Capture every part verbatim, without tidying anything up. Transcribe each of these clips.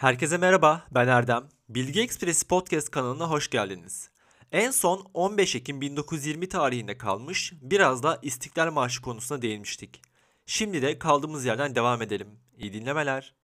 Herkese merhaba, ben Erdem. Bilgi Ekspresi Podcast kanalına hoş geldiniz. En son on beş Ekim bin dokuz yüz yirmi tarihinde kalmış, biraz da İstiklal Marşı konusuna değinmiştik. Şimdi de kaldığımız yerden devam edelim. İyi dinlemeler.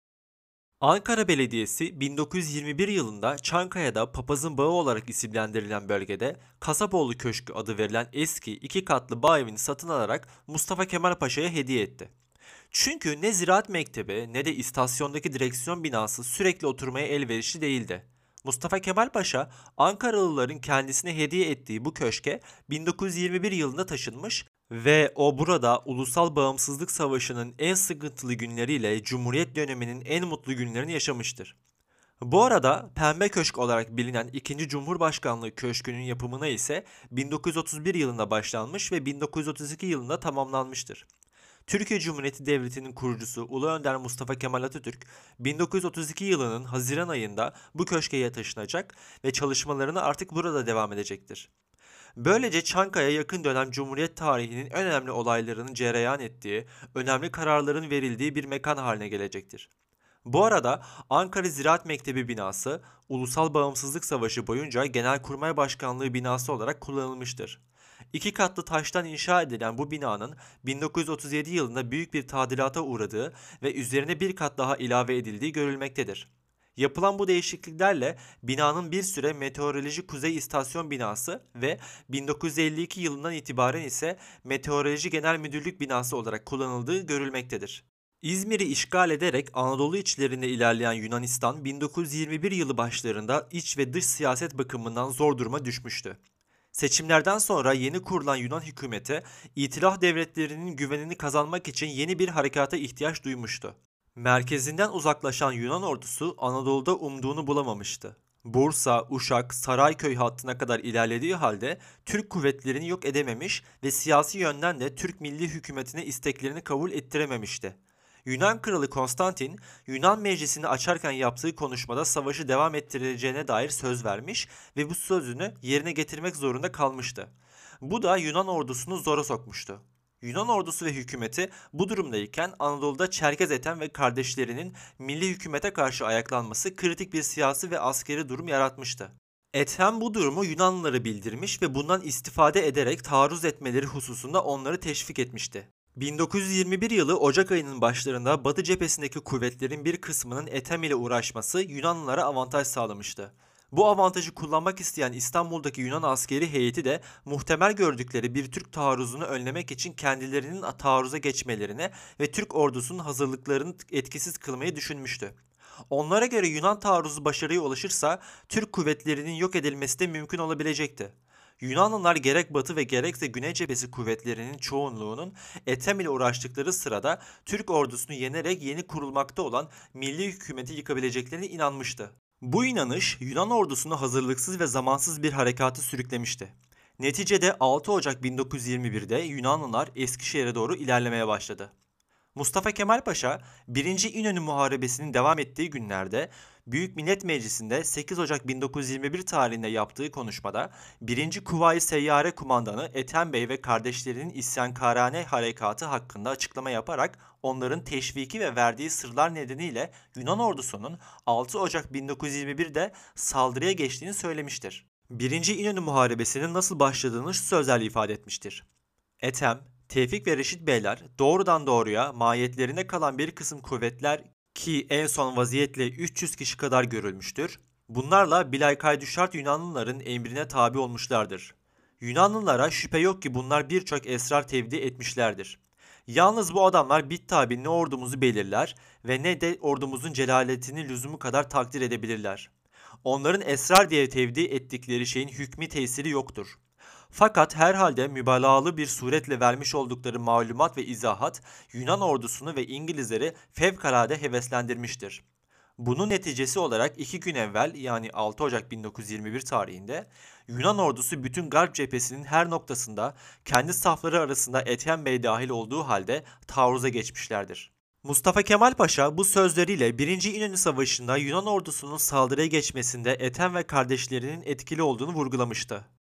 Ankara Belediyesi bin dokuz yüz yirmi bir yılında Çankaya'da Papazın Bağı olarak isimlendirilen bölgede Kasapoğlu Köşkü adı verilen eski iki katlı bağ evini satın alarak Mustafa Kemal Paşa'ya hediye etti. Çünkü ne Ziraat Mektebi ne de istasyondaki direksiyon binası sürekli oturmaya elverişli değildi. Mustafa Kemal Paşa, Ankaralıların kendisine hediye ettiği bu köşke bin dokuz yüz yirmi bir yılında taşınmış ve o burada Ulusal Bağımsızlık Savaşı'nın en sıkıntılı günleriyle Cumhuriyet döneminin en mutlu günlerini yaşamıştır. Bu arada Pembe Köşk olarak bilinen ikinci. Cumhurbaşkanlığı Köşkü'nün yapımına ise bin dokuz yüz otuz bir yılında başlanmış ve bin dokuz yüz otuz iki yılında tamamlanmıştır. Türkiye Cumhuriyeti Devleti'nin kurucusu Ulu Önder Mustafa Kemal Atatürk, bin dokuz yüz otuz iki yılının Haziran ayında bu köşkeye taşınacak ve çalışmalarını artık burada devam edecektir. Böylece Çankaya yakın dönem Cumhuriyet tarihinin en önemli olaylarının cereyan ettiği, önemli kararların verildiği bir mekan haline gelecektir. Bu arada Ankara Ziraat Mektebi binası, Ulusal Bağımsızlık Savaşı boyunca Genelkurmay Başkanlığı binası olarak kullanılmıştır. İki katlı taştan inşa edilen bu binanın bin dokuz yüz otuz yedi yılında büyük bir tadilata uğradığı ve üzerine bir kat daha ilave edildiği görülmektedir. Yapılan bu değişikliklerle binanın bir süre Meteoroloji Kuzey İstasyon binası ve bin dokuz yüz elli iki yılından itibaren ise Meteoroloji Genel Müdürlük binası olarak kullanıldığı görülmektedir. İzmir'i işgal ederek Anadolu içlerinde ilerleyen Yunanistan bin dokuz yüz yirmi bir yılı başlarında iç ve dış siyaset bakımından zor duruma düşmüştü. Seçimlerden sonra yeni kurulan Yunan hükümeti, İtilaf devletlerinin güvenini kazanmak için yeni bir harekata ihtiyaç duymuştu. Merkezinden uzaklaşan Yunan ordusu Anadolu'da umduğunu bulamamıştı. Bursa, Uşak, Sarayköy hattına kadar ilerlediği halde Türk kuvvetlerini yok edememiş ve siyasi yönden de Türk milli hükümetine isteklerini kabul ettirememişti. Yunan kralı Konstantin, Yunan meclisini açarken yaptığı konuşmada savaşı devam ettirileceğine dair söz vermiş ve bu sözünü yerine getirmek zorunda kalmıştı. Bu da Yunan ordusunu zora sokmuştu. Yunan ordusu ve hükümeti bu durumdayken Anadolu'da Çerkez Ethem ve kardeşlerinin milli hükümete karşı ayaklanması kritik bir siyasi ve askeri durum yaratmıştı. Ethem bu durumu Yunanlılara bildirmiş ve bundan istifade ederek taarruz etmeleri hususunda onları teşvik etmişti. bin dokuz yüz yirmi bir yılı Ocak ayının başlarında Batı cephesindeki kuvvetlerin bir kısmının Ethem ile uğraşması Yunanlılara avantaj sağlamıştı. Bu avantajı kullanmak isteyen İstanbul'daki Yunan askeri heyeti de muhtemel gördükleri bir Türk taarruzunu önlemek için kendilerinin taarruza geçmelerini ve Türk ordusunun hazırlıklarını etkisiz kılmayı düşünmüştü. Onlara göre Yunan taarruzu başarıya ulaşırsa Türk kuvvetlerinin yok edilmesi de mümkün olabilecekti. Yunanlılar gerek Batı ve gerekse Güney cephesi kuvvetlerinin çoğunluğunun Ethem ile uğraştıkları sırada Türk ordusunu yenerek yeni kurulmakta olan milli hükümeti yıkabileceklerine inanmıştı. Bu inanış Yunan ordusunu hazırlıksız ve zamansız bir harekatı sürüklemişti. Neticede altı Ocak bin dokuz yüz yirmi birde Yunanlılar Eskişehir'e doğru ilerlemeye başladı. Mustafa Kemal Paşa birinci. İnönü Muharebesi'nin devam ettiği günlerde Büyük Millet Meclisi'nde sekiz Ocak bin dokuz yüz yirmi bir tarihinde yaptığı konuşmada birinci. Kuvayi Seyyare Kumandanı Ethem Bey ve kardeşlerinin isyankarane harekatı hakkında açıklama yaparak onların teşviki ve verdiği sırlar nedeniyle Yunan ordusunun altı Ocak bin dokuz yüz yirmi birde saldırıya geçtiğini söylemiştir. birinci. İnönü Muharebesi'nin nasıl başladığını şu sözlerle ifade etmiştir. Ethem, Tevfik ve Reşit Beyler doğrudan doğruya mahiyetlerine kalan bir kısım kuvvetler ki en son vaziyetle üç yüz kişi kadar görülmüştür. Bunlarla Bilay Kaydüşart Yunanlıların emrine tabi olmuşlardır. Yunanlılara şüphe yok ki bunlar birçok esrar tevdi etmişlerdir. Yalnız bu adamlar bit tabi ne ordumuzu belirler ve ne de ordumuzun celaletini lüzumu kadar takdir edebilirler. Onların esrar diye tevdi ettikleri şeyin hükmü tesiri yoktur. Fakat herhalde mübalağalı bir suretle vermiş oldukları malumat ve izahat Yunan ordusunu ve İngilizleri fevkalade heveslendirmiştir. Bunun neticesi olarak iki gün evvel yani altı Ocak bin dokuz yüz yirmi bir tarihinde Yunan ordusu bütün Garp cephesinin her noktasında kendi safları arasında Ethem Bey dahil olduğu halde taarruza geçmişlerdir. Mustafa Kemal Paşa bu sözleriyle birinci. İnönü Savaşı'nda Yunan ordusunun saldırıya geçmesinde Ethem ve kardeşlerinin etkili olduğunu vurgulamıştı.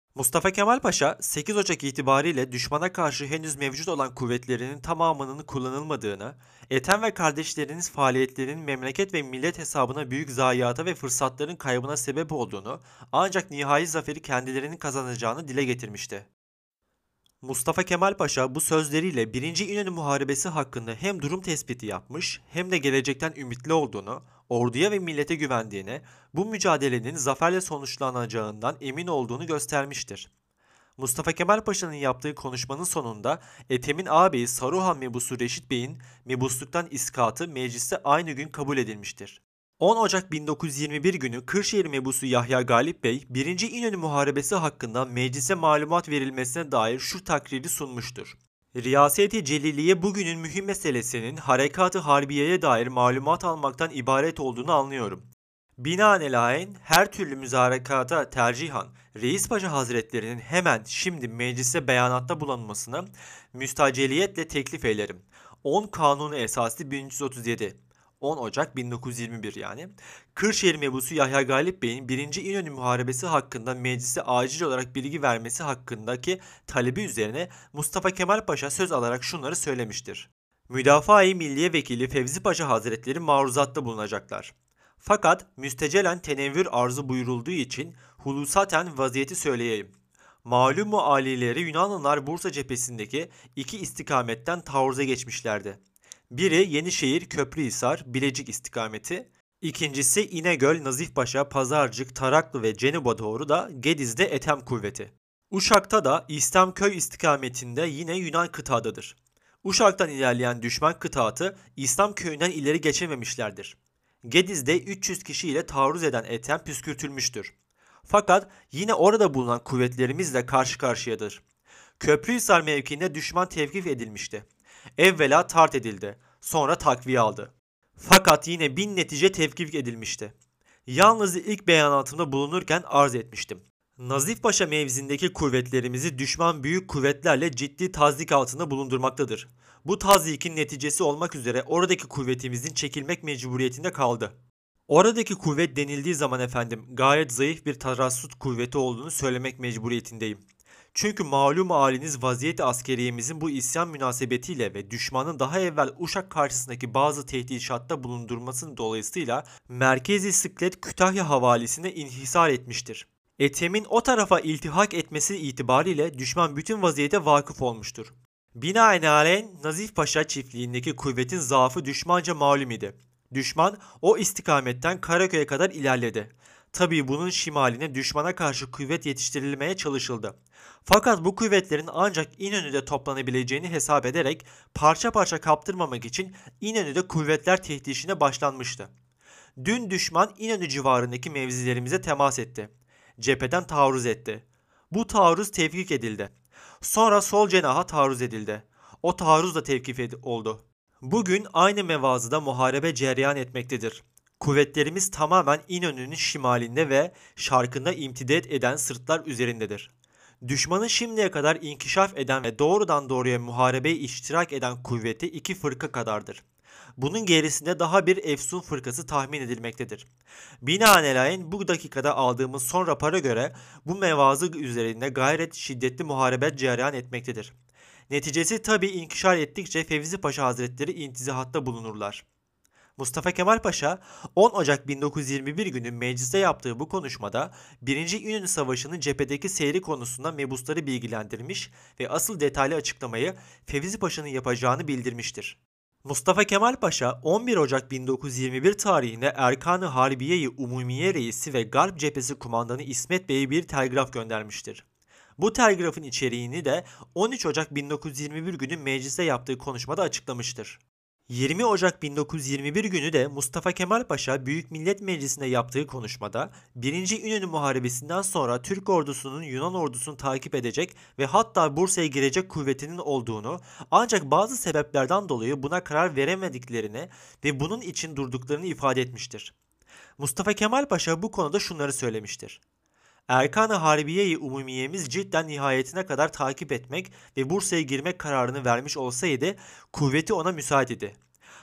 Mustafa Kemal Paşa sekiz Ocak itibariyle düşmana karşı henüz mevcut olan kuvvetlerinin tamamının kullanılmadığını, Ethem ve kardeşlerinin faaliyetlerinin memleket ve millet hesabına büyük zayiata ve fırsatların kaybına sebep olduğunu, ancak nihai zaferi kendilerinin kazanacağını dile getirmişti. Mustafa Kemal Paşa bu sözleriyle birinci İnönü Muharebesi hakkında hem durum tespiti yapmış hem de gelecekten ümitli olduğunu, orduya ve millete güvendiğini, bu mücadelenin zaferle sonuçlanacağından emin olduğunu göstermiştir. Mustafa Kemal Paşa'nın yaptığı konuşmanın sonunda Ethem'in ağabeyi Saruhan mebusu Reşit Bey'in mebusluktan iskatı mecliste aynı gün kabul edilmiştir. on Ocak bin dokuz yüz yirmi bir günü Kırşehir mebusu Yahya Galip Bey, birinci İnönü Muharebesi hakkında meclise malumat verilmesine dair şu takriri sunmuştur. Riyaseti Celiliye bugünün mühim meselesinin harekat-ı harbiyeye dair malumat almaktan ibaret olduğunu anlıyorum. Binaenaleyh her türlü müzarekata tercihan Reis Paşa Hazretlerinin hemen şimdi meclise beyanatta bulunmasını müstaceliyetle teklif eylerim. on Kanunu Esası bin üç yüz otuz yedi on Ocak bin dokuz yüz yirmi bir yani. Kırşehir mebusu Yahya Galip Bey'in birinci İnönü Muharebesi hakkında meclise acil olarak bilgi vermesi hakkındaki talebi üzerine Mustafa Kemal Paşa söz alarak şunları söylemiştir. Müdafaa-i Milliye Vekili Fevzi Paşa Hazretleri maruzatta bulunacaklar. Fakat müstecelen tenevvür arzı buyurulduğu için hulusaten vaziyeti söyleyeyim. Malum-u alileri Yunanlılar Bursa cephesindeki iki istikametten taarruza geçmişlerdi. Biri Yenişehir, Köprühisar, Bilecik istikameti, ikincisi İnegöl, Nazifpaşa, Pazarcık, Taraklı ve Cenuba doğru da Gediz'de Ethem kuvveti. Uşak'ta da İslamköy istikametinde yine Yunan kıtadadır. Uşak'tan ilerleyen düşman kıtaatı İslamköy'ünden ileri geçememişlerdir. Gediz'de üç yüz kişiyle taarruz eden Ethem püskürtülmüştür. Fakat yine orada bulunan kuvvetlerimizle karşı karşıyadır. Köprühisar mevkiinde düşman tevkif edilmişti. Evvela tart edildi, sonra takviye aldı. Fakat yine bin netice tevkif edilmişti. Yalnız ilk beyanatımda bulunurken arz etmiştim. Nazifpaşa mevzindeki kuvvetlerimizi düşman büyük kuvvetlerle ciddi tazik altında bulundurmaktadır. Bu tazikin neticesi olmak üzere oradaki kuvvetimizin çekilmek mecburiyetinde kaldı. Oradaki kuvvet denildiği zaman efendim gayet zayıf bir tarassut kuvveti olduğunu söylemek mecburiyetindeyim. Çünkü malum haliniz vaziyeti askeriyemizin bu isyan münasebetiyle ve düşmanın daha evvel Uşak karşısındaki bazı tehdişatta bulundurmasının dolayısıyla Merkezi Sıklet Kütahya havalisine inhisar etmiştir. Ethem'in o tarafa iltihak etmesi itibariyle düşman bütün vaziyete vakıf olmuştur. Binaenaleyh Nazif Paşa çiftliğindeki kuvvetin zaafı düşmanca malum idi. Düşman o istikametten Karaköy'e kadar ilerledi. Tabii bunun şimaline düşmana karşı kuvvet yetiştirilmeye çalışıldı. Fakat bu kuvvetlerin ancak İnönü'de toplanabileceğini hesap ederek parça parça kaptırmamak için İnönü'de kuvvetler tehdişine başlanmıştı. Dün düşman İnönü civarındaki mevzilerimize temas etti. Cepheden taarruz etti. Bu taarruz tevkif edildi. Sonra sol cenaha taarruz edildi. O taarruz da tevkif ed- oldu. Bugün aynı mevazıda muharebe cereyan etmektedir. Kuvvetlerimiz tamamen İnönü'nün şimalinde ve şarkında imtidat eden sırtlar üzerindedir. Düşmanı şimdiye kadar inkişaf eden ve doğrudan doğruya muharebeye iştirak eden kuvveti iki fırka kadardır. Bunun gerisinde daha bir Efsun fırkası tahmin edilmektedir. Binaenaleyh bu dakikada aldığımız son rapora göre bu mevazı üzerinde gayret şiddetli muharebe cereyan etmektedir. Neticesi tabi inkişar ettikçe Fevzi Paşa Hazretleri intizahatta bulunurlar. Mustafa Kemal Paşa on Ocak bin dokuz yüz yirmi bir günü mecliste yaptığı bu konuşmada birinci İnönü Savaşı'nın cephedeki seyri konusunda mebusları bilgilendirmiş ve asıl detaylı açıklamayı Fevzi Paşa'nın yapacağını bildirmiştir. Mustafa Kemal Paşa on bir Ocak bin dokuz yüz yirmi bir tarihinde Erkan-ı Harbiye-i Umumiye Reisi ve Garp Cephesi Kumandanı İsmet Bey'e bir telgraf göndermiştir. Bu telgrafın içeriğini de on üç Ocak bin dokuz yüz yirmi bir günü mecliste yaptığı konuşmada açıklamıştır. yirmi Ocak bin dokuz yüz yirmi bir günü de Mustafa Kemal Paşa Büyük Millet Meclisi'nde yaptığı konuşmada birinci İnönü Muharebesi'nden sonra Türk ordusunun Yunan ordusunu takip edecek ve hatta Bursa'ya girecek kuvvetinin olduğunu ancak bazı sebeplerden dolayı buna karar veremediklerini ve bunun için durduklarını ifade etmiştir. Mustafa Kemal Paşa bu konuda şunları söylemiştir. Erkan-ı Harbiye-i Umumiyemiz cidden nihayetine kadar takip etmek ve Bursa'ya girmek kararını vermiş olsaydı kuvveti ona müsait idi.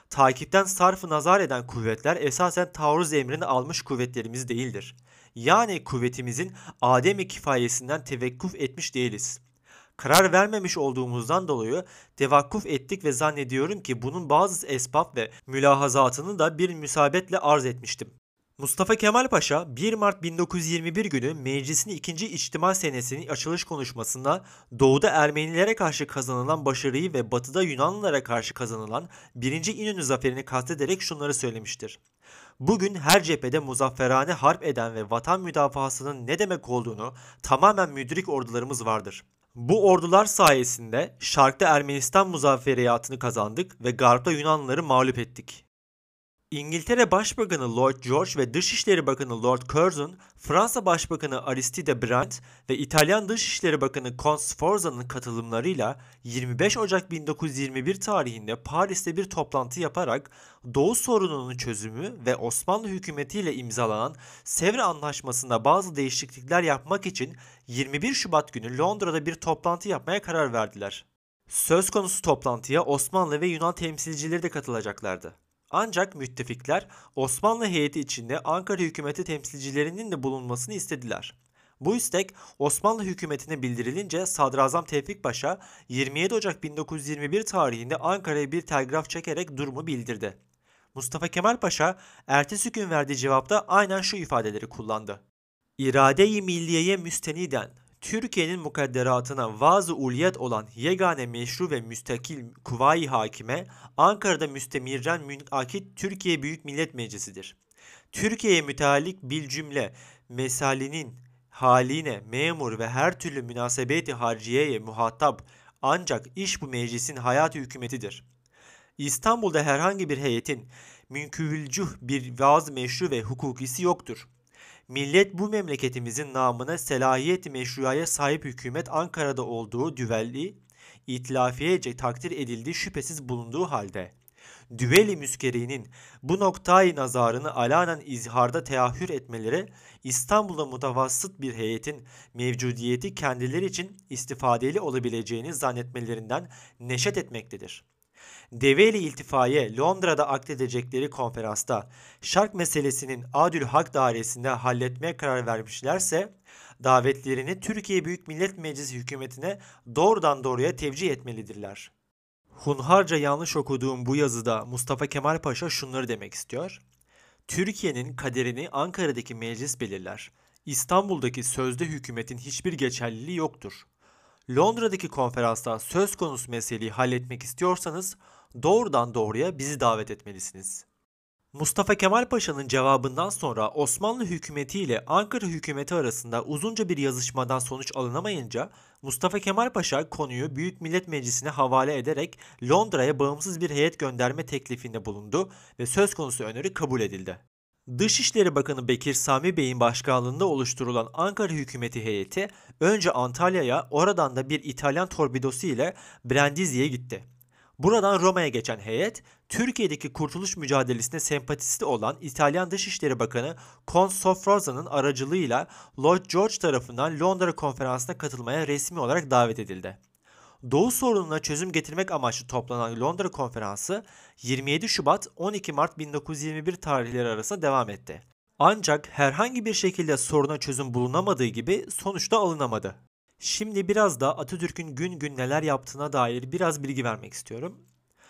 Takipten sarfı nazar eden kuvvetler esasen taarruz emrini almış kuvvetlerimiz değildir. Yani kuvvetimizin ademi kifayesinden tevekkuf etmiş değiliz. Karar vermemiş olduğumuzdan dolayı tevakkuf ettik ve zannediyorum ki bunun bazı esbab ve mülahazatını da bir müsabetle arz etmiştim. Mustafa Kemal Paşa bir Mart bin dokuz yüz yirmi bir günü meclisin ikinci İçtima Senesi'nin açılış konuşmasında Doğu'da Ermenilere karşı kazanılan başarıyı ve Batı'da Yunanlılara karşı kazanılan birinci İnönü zaferini kastederek şunları söylemiştir. Bugün her cephede muzafferane harp eden ve vatan müdafasının ne demek olduğunu tamamen müdrik ordularımız vardır. Bu ordular sayesinde Şark'ta Ermenistan muzafferiyatını kazandık ve Garp'ta Yunanlıları mağlup ettik. İngiltere Başbakanı Lloyd George ve Dışişleri Bakanı Lord Curzon, Fransa Başbakanı Aristide Briand ve İtalyan Dışişleri Bakanı Count Sforza'nın katılımlarıyla yirmi beş Ocak bin dokuz yüz yirmi bir tarihinde Paris'te bir toplantı yaparak Doğu sorununun çözümü ve Osmanlı hükümetiyle imzalanan Sevr Anlaşması'nda bazı değişiklikler yapmak için yirmi bir Şubat günü Londra'da bir toplantı yapmaya karar verdiler. Söz konusu toplantıya Osmanlı ve Yunan temsilcileri de katılacaklardı. Ancak müttefikler Osmanlı heyeti içinde Ankara hükümeti temsilcilerinin de bulunmasını istediler. Bu istek Osmanlı hükümetine bildirilince Sadrazam Tevfik Paşa yirmi yedi Ocak bin dokuz yüz yirmi bir tarihinde Ankara'ya bir telgraf çekerek durumu bildirdi. Mustafa Kemal Paşa ertesi gün verdiği cevapta aynen şu ifadeleri kullandı. İrade-i milliyeye müsteniden Türkiye'nin mukadderatına vaz-ı uliyet olan yegane meşru ve müstakil kuvayi hakime Ankara'da müstemirren münakit Türkiye Büyük Millet Meclisi'dir. Türkiye'ye müteallik bil cümle mesalinin haline memur ve her türlü münasebeti harciyeye muhatap ancak iş bu meclisin hayat-ı hükümetidir. İstanbul'da herhangi bir heyetin münküvülcuh bir vaz meşru ve hukukisi yoktur. Millet bu memleketimizin namına selahiyet-i meşruaya sahip hükümet Ankara'da olduğu düvelli, itlafiyece takdir edildiği şüphesiz bulunduğu halde, düveli müskeri'nin bu noktayı nazarını alanen izharda teahhür etmeleri, İstanbul'da mutavassıt bir heyetin mevcudiyeti kendileri için istifadeli olabileceğini zannetmelerinden neşet etmektedir. Develi İltifaiye Londra'da akdedecekleri konferansta Şark meselesinin Adül Hak dairesinde halletmeye karar vermişlerse davetlerini Türkiye Büyük Millet Meclisi hükümetine doğrudan doğruya tevcih etmelidirler. Hunharca yanlış okuduğum bu yazıda Mustafa Kemal Paşa şunları demek istiyor. Türkiye'nin kaderini Ankara'daki meclis belirler. İstanbul'daki sözde hükümetin hiçbir geçerliliği yoktur. Londra'daki konferansta söz konusu meseleyi halletmek istiyorsanız doğrudan doğruya bizi davet etmelisiniz. Mustafa Kemal Paşa'nın cevabından sonra Osmanlı hükümeti ile Ankara hükümeti arasında uzunca bir yazışmadan sonuç alınamayınca Mustafa Kemal Paşa konuyu Büyük Millet Meclisi'ne havale ederek Londra'ya bağımsız bir heyet gönderme teklifinde bulundu ve söz konusu öneri kabul edildi. Dışişleri Bakanı Bekir Sami Bey'in başkanlığında oluşturulan Ankara hükümeti heyeti önce Antalya'ya, oradan da bir İtalyan torpidosu ile Brindisi'ye gitti. Buradan Roma'ya geçen heyet, Türkiye'deki kurtuluş mücadelesine sempatisi olan İtalyan Dışişleri Bakanı Count Sforza'nın aracılığıyla Lloyd George tarafından Londra konferansına katılmaya resmi olarak davet edildi. Doğu sorununa çözüm getirmek amaçlı toplanan Londra konferansı yirmi yedi Şubat on iki Mart bin dokuz yüz yirmi bir tarihleri arasında devam etti. Ancak herhangi bir şekilde soruna çözüm bulunamadığı gibi sonuçta alınamadı. Şimdi biraz da Atatürk'ün gün gün neler yaptığına dair biraz bilgi vermek istiyorum.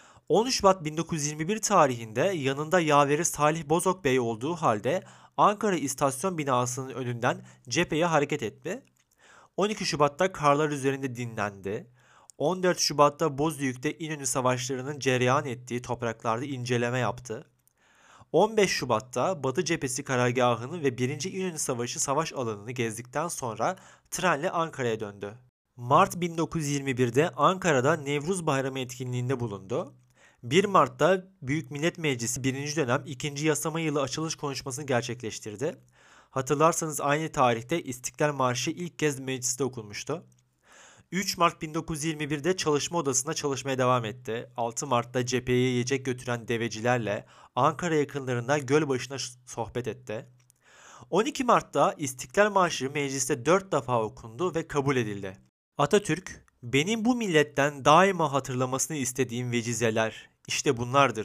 on Şubat bin dokuz yüz yirmi bir tarihinde yanında yaveri Salih Bozok Bey olduğu halde Ankara İstasyon binasının önünden cepheye hareket etti. on iki Şubat'ta karlar üzerinde dinlendi. on dört Şubat'ta Bozüyük'te İnönü Savaşları'nın cereyan ettiği topraklarda inceleme yaptı. on beş Şubat'ta Batı Cephesi karargahını ve birinci İnönü Savaşı savaş alanını gezdikten sonra trenle Ankara'ya döndü. Mart bin dokuz yüz yirmi birde Ankara'da Nevruz Bayramı etkinliğinde bulundu. bir Mart'ta Büyük Millet Meclisi birinci dönem ikinci yasama yılı açılış konuşmasını gerçekleştirdi. Hatırlarsanız aynı tarihte İstiklal Marşı ilk kez mecliste okunmuştu. üç Mart bin dokuz yüz yirmi birde çalışma odasında çalışmaya devam etti. altı Mart'ta cepheye yiyecek götüren devecilerle Ankara yakınlarında Gölbaşı'na sohbet etti. on iki Mart'ta İstiklal Marşı mecliste dört defa okundu ve kabul edildi. Atatürk, benim bu milletten daima hatırlamasını istediğim vecizeler işte bunlardır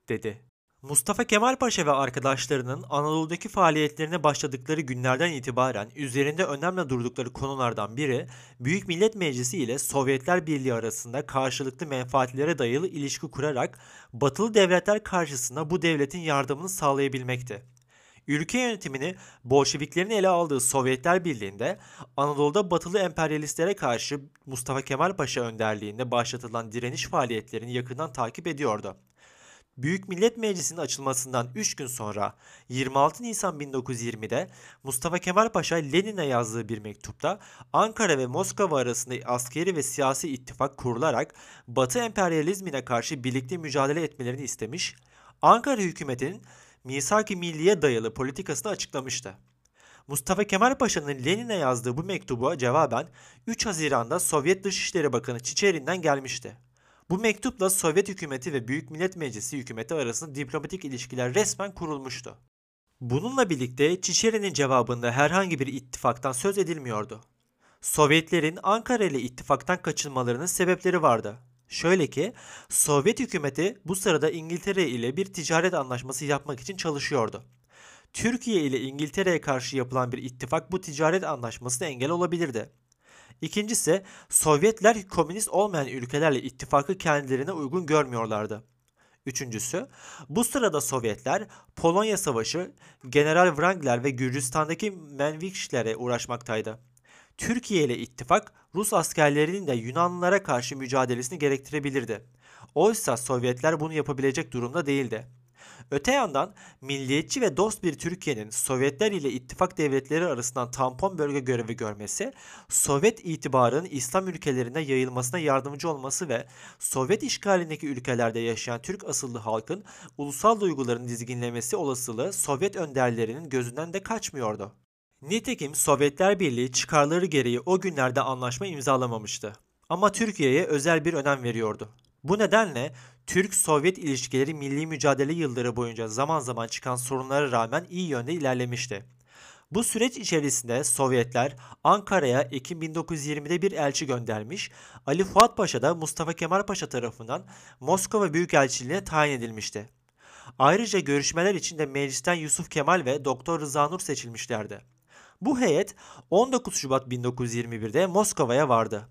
dedi. Mustafa Kemal Paşa ve arkadaşlarının Anadolu'daki faaliyetlerine başladıkları günlerden itibaren üzerinde önemli durdukları konulardan biri, Büyük Millet Meclisi ile Sovyetler Birliği arasında karşılıklı menfaatlere dayalı ilişki kurarak batılı devletler karşısında bu devletin yardımını sağlayabilmekti. Ülke yönetimini Bolşeviklerin ele aldığı Sovyetler Birliği'nde Anadolu'da batılı emperyalistlere karşı Mustafa Kemal Paşa önderliğinde başlatılan direniş faaliyetlerini yakından takip ediyordu. Büyük Millet Meclisi'nin açılmasından üç gün sonra yirmi altı Nisan bin dokuz yüz yirmide Mustafa Kemal Paşa Lenin'e yazdığı bir mektupta Ankara ve Moskova arasında askeri ve siyasi ittifak kurularak Batı emperyalizmine karşı birlikte mücadele etmelerini istemiş, Ankara hükümetinin Misak-ı Milliye dayalı politikasını açıklamıştı. Mustafa Kemal Paşa'nın Lenin'e yazdığı bu mektuba cevaben üç Haziran'da Sovyet Dışişleri Bakanı Çiçerin'den gelmişti. Bu mektupla Sovyet hükümeti ve Büyük Millet Meclisi hükümeti arasında diplomatik ilişkiler resmen kurulmuştu. Bununla birlikte Çiçerin'in cevabında herhangi bir ittifaktan söz edilmiyordu. Sovyetlerin Ankara ile ittifaktan kaçınmalarının sebepleri vardı. Şöyle ki, Sovyet hükümeti bu sırada İngiltere ile bir ticaret anlaşması yapmak için çalışıyordu. Türkiye ile İngiltere'ye karşı yapılan bir ittifak bu ticaret anlaşmasına engel olabilirdi. İkincisi, Sovyetler komünist olmayan ülkelerle ittifakı kendilerine uygun görmüyorlardı. Üçüncüsü, bu sırada Sovyetler Polonya Savaşı, General Wrangler ve Gürcistan'daki Menvişlere uğraşmaktaydı. Türkiye ile ittifak Rus askerlerinin de Yunanlılara karşı mücadelesini gerektirebilirdi. Oysa Sovyetler bunu yapabilecek durumda değildi. Öte yandan milliyetçi ve dost bir Türkiye'nin Sovyetler ile ittifak devletleri arasından tampon bölge görevi görmesi, Sovyet itibarının İslam ülkelerine yayılmasına yardımcı olması ve Sovyet işgalindeki ülkelerde yaşayan Türk asıllı halkın ulusal duygularını dizginlemesi olasılığı Sovyet önderlerinin gözünden de kaçmıyordu. Nitekim Sovyetler Birliği çıkarları gereği o günlerde anlaşma imzalamamıştı. Ama Türkiye'ye özel bir önem veriyordu. Bu nedenle Türk-Sovyet ilişkileri milli mücadele yılları boyunca zaman zaman çıkan sorunlara rağmen iyi yönde ilerlemişti. Bu süreç içerisinde Sovyetler Ankara'ya Ekim bin dokuz yüz yirmide bir elçi göndermiş, Ali Fuat Paşa da Mustafa Kemal Paşa tarafından Moskova Büyükelçiliğine tayin edilmişti. Ayrıca görüşmeler için de meclisten Yusuf Kemal ve Doktor Rıza Nur seçilmişlerdi. Bu heyet on dokuz Şubat bin dokuz yüz yirmi birde Moskova'ya vardı.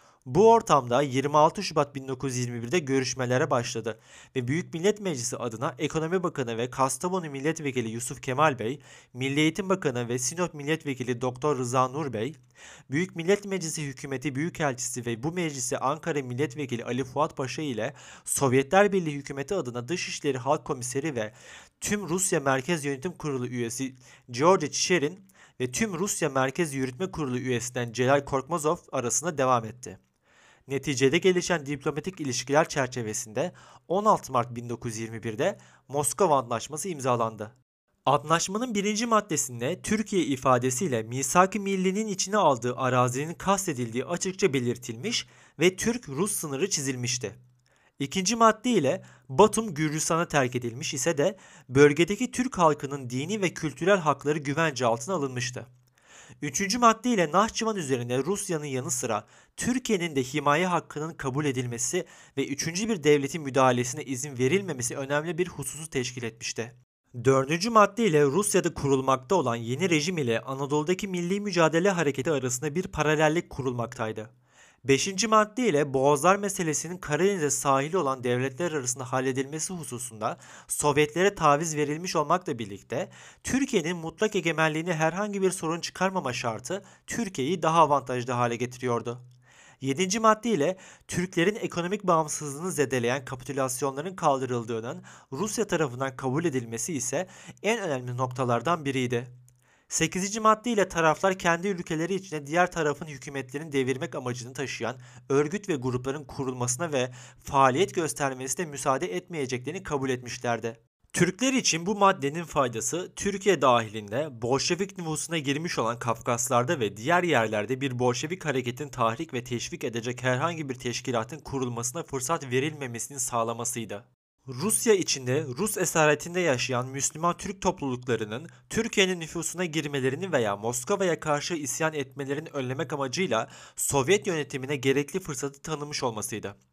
Bu ortamda yirmi altı Şubat bin dokuz yüz yirmi birde görüşmelere başladı ve Büyük Millet Meclisi adına Ekonomi Bakanı ve Kastamonu Milletvekili Yusuf Kemal Bey, Milli Eğitim Bakanı ve Sinop Milletvekili Doktor Rıza Nur Bey, Büyük Millet Meclisi Hükümeti Büyükelçisi ve bu meclisi Ankara Milletvekili Ali Fuat Paşa ile Sovyetler Birliği Hükümeti adına Dışişleri Halk Komiseri ve tüm Rusya Merkez Yönetim Kurulu üyesi George Çiçerin ve tüm Rusya Merkez Yürütme Kurulu üyesinden Celal Korkmazov arasında devam etti. Neticede gelişen diplomatik ilişkiler çerçevesinde on altı Mart bin dokuz yüz yirmi birde Moskova Antlaşması imzalandı. Antlaşmanın birinci maddesinde Türkiye ifadesiyle Misak-ı Milli'nin içine aldığı arazinin kastedildiği açıkça belirtilmiş ve Türk-Rus sınırı çizilmişti. İkinci madde ile Batum Gürcistan'a terk edilmiş ise de bölgedeki Türk halkının dini ve kültürel hakları güvence altına alınmıştı. Üçüncü madde ile Nahçıvan üzerine Rusya'nın yanı sıra Türkiye'nin de himaye hakkının kabul edilmesi ve üçüncü bir devletin müdahalesine izin verilmemesi önemli bir hususu teşkil etmişti. Dördüncü madde ile Rusya'da kurulmakta olan yeni rejim ile Anadolu'daki milli mücadele hareketi arasında bir paralellik kurulmaktaydı. Beşinci madde ile Boğazlar meselesinin Karadeniz'e sahili olan devletler arasında halledilmesi hususunda Sovyetlere taviz verilmiş olmakla birlikte Türkiye'nin mutlak egemenliğini herhangi bir sorun çıkarmama şartı Türkiye'yi daha avantajlı hale getiriyordu. Yedinci madde ile Türklerin ekonomik bağımsızlığını zedeleyen kapitülasyonların kaldırıldığının Rusya tarafından kabul edilmesi ise en önemli noktalardan biriydi. Sekizinci madde ile taraflar kendi ülkeleri içinde diğer tarafın hükümetlerini devirmek amacını taşıyan örgüt ve grupların kurulmasına ve faaliyet göstermesine müsaade etmeyeceklerini kabul etmişlerdi. Türkler için bu maddenin faydası Türkiye dahilinde Bolşevik nüfusuna girmiş olan Kafkaslarda ve diğer yerlerde bir Bolşevik hareketin tahrik ve teşvik edecek herhangi bir teşkilatın kurulmasına fırsat verilmemesini sağlamasıydı. Rusya içinde Rus esaretinde yaşayan Müslüman Türk topluluklarının Türkiye'nin nüfusuna girmelerini veya Moskova'ya karşı isyan etmelerini önlemek amacıyla Sovyet yönetimine gerekli fırsatı tanımış olmasıydı.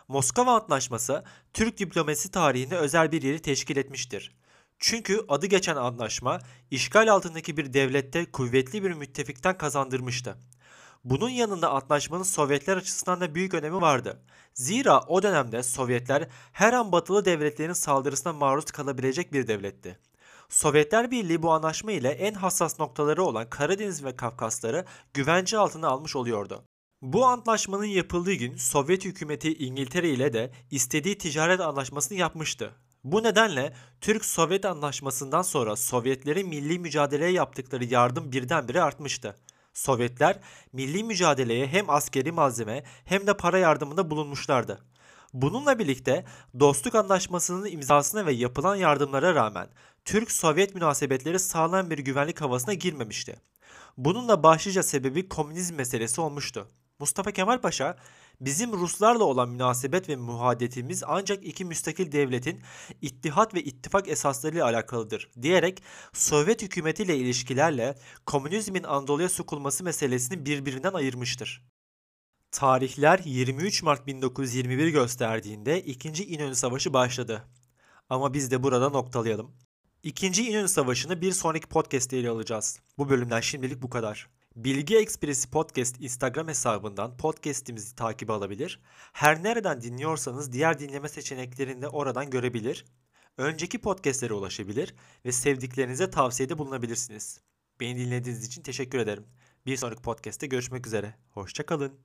Moskova Antlaşması Türk diplomasi tarihinde özel bir yeri teşkil etmiştir. Çünkü adı geçen antlaşma işgal altındaki bir devlette kuvvetli bir müttefikten kazandırmıştı. Bunun yanında antlaşmanın Sovyetler açısından da büyük önemi vardı. Zira o dönemde Sovyetler her an batılı devletlerin saldırısına maruz kalabilecek bir devletti. Sovyetler Birliği bu anlaşma ile en hassas noktaları olan Karadeniz ve Kafkasları güvence altına almış oluyordu. Bu antlaşmanın yapıldığı gün Sovyet hükümeti İngiltere ile de istediği ticaret anlaşmasını yapmıştı. Bu nedenle Türk-Sovyet anlaşmasından sonra Sovyetlerin milli mücadeleye yaptıkları yardım birdenbire artmıştı. Sovyetler milli mücadeleye hem askeri malzeme hem de para yardımında bulunmuşlardı. Bununla birlikte Dostluk Anlaşması'nın imzasına ve yapılan yardımlara rağmen Türk-Sovyet münasebetleri sağlam bir güvenlik havasına girmemişti. Bunun da başlıca sebebi komünizm meselesi olmuştu. Mustafa Kemal Paşa, bizim Ruslarla olan münasebet ve muhadetimiz ancak iki müstakil devletin ittihat ve ittifak esaslarıyla alakalıdır diyerek Sovyet hükümetiyle ilişkilerle komünizmin Anadolu'ya sokulması meselesini birbirinden ayırmıştır. Tarihler yirmi üç Mart bin dokuz yüz yirmi bir gösterdiğinde ikinci İnönü Savaşı başladı. Ama biz de burada noktalayalım. İkinci İnönü Savaşı'nı bir sonraki podcast'te ele alacağız. Bu bölümden şimdilik bu kadar. Bilgi Ekspresi Podcast Instagram hesabından podcast'imizi takip alabilir. Her nereden dinliyorsanız diğer dinleme seçeneklerini de oradan görebilir. Önceki podcast'lere ulaşabilir ve sevdiklerinize tavsiyede bulunabilirsiniz. Beni dinlediğiniz için teşekkür ederim. Bir sonraki podcast'te görüşmek üzere. Hoşça kalın.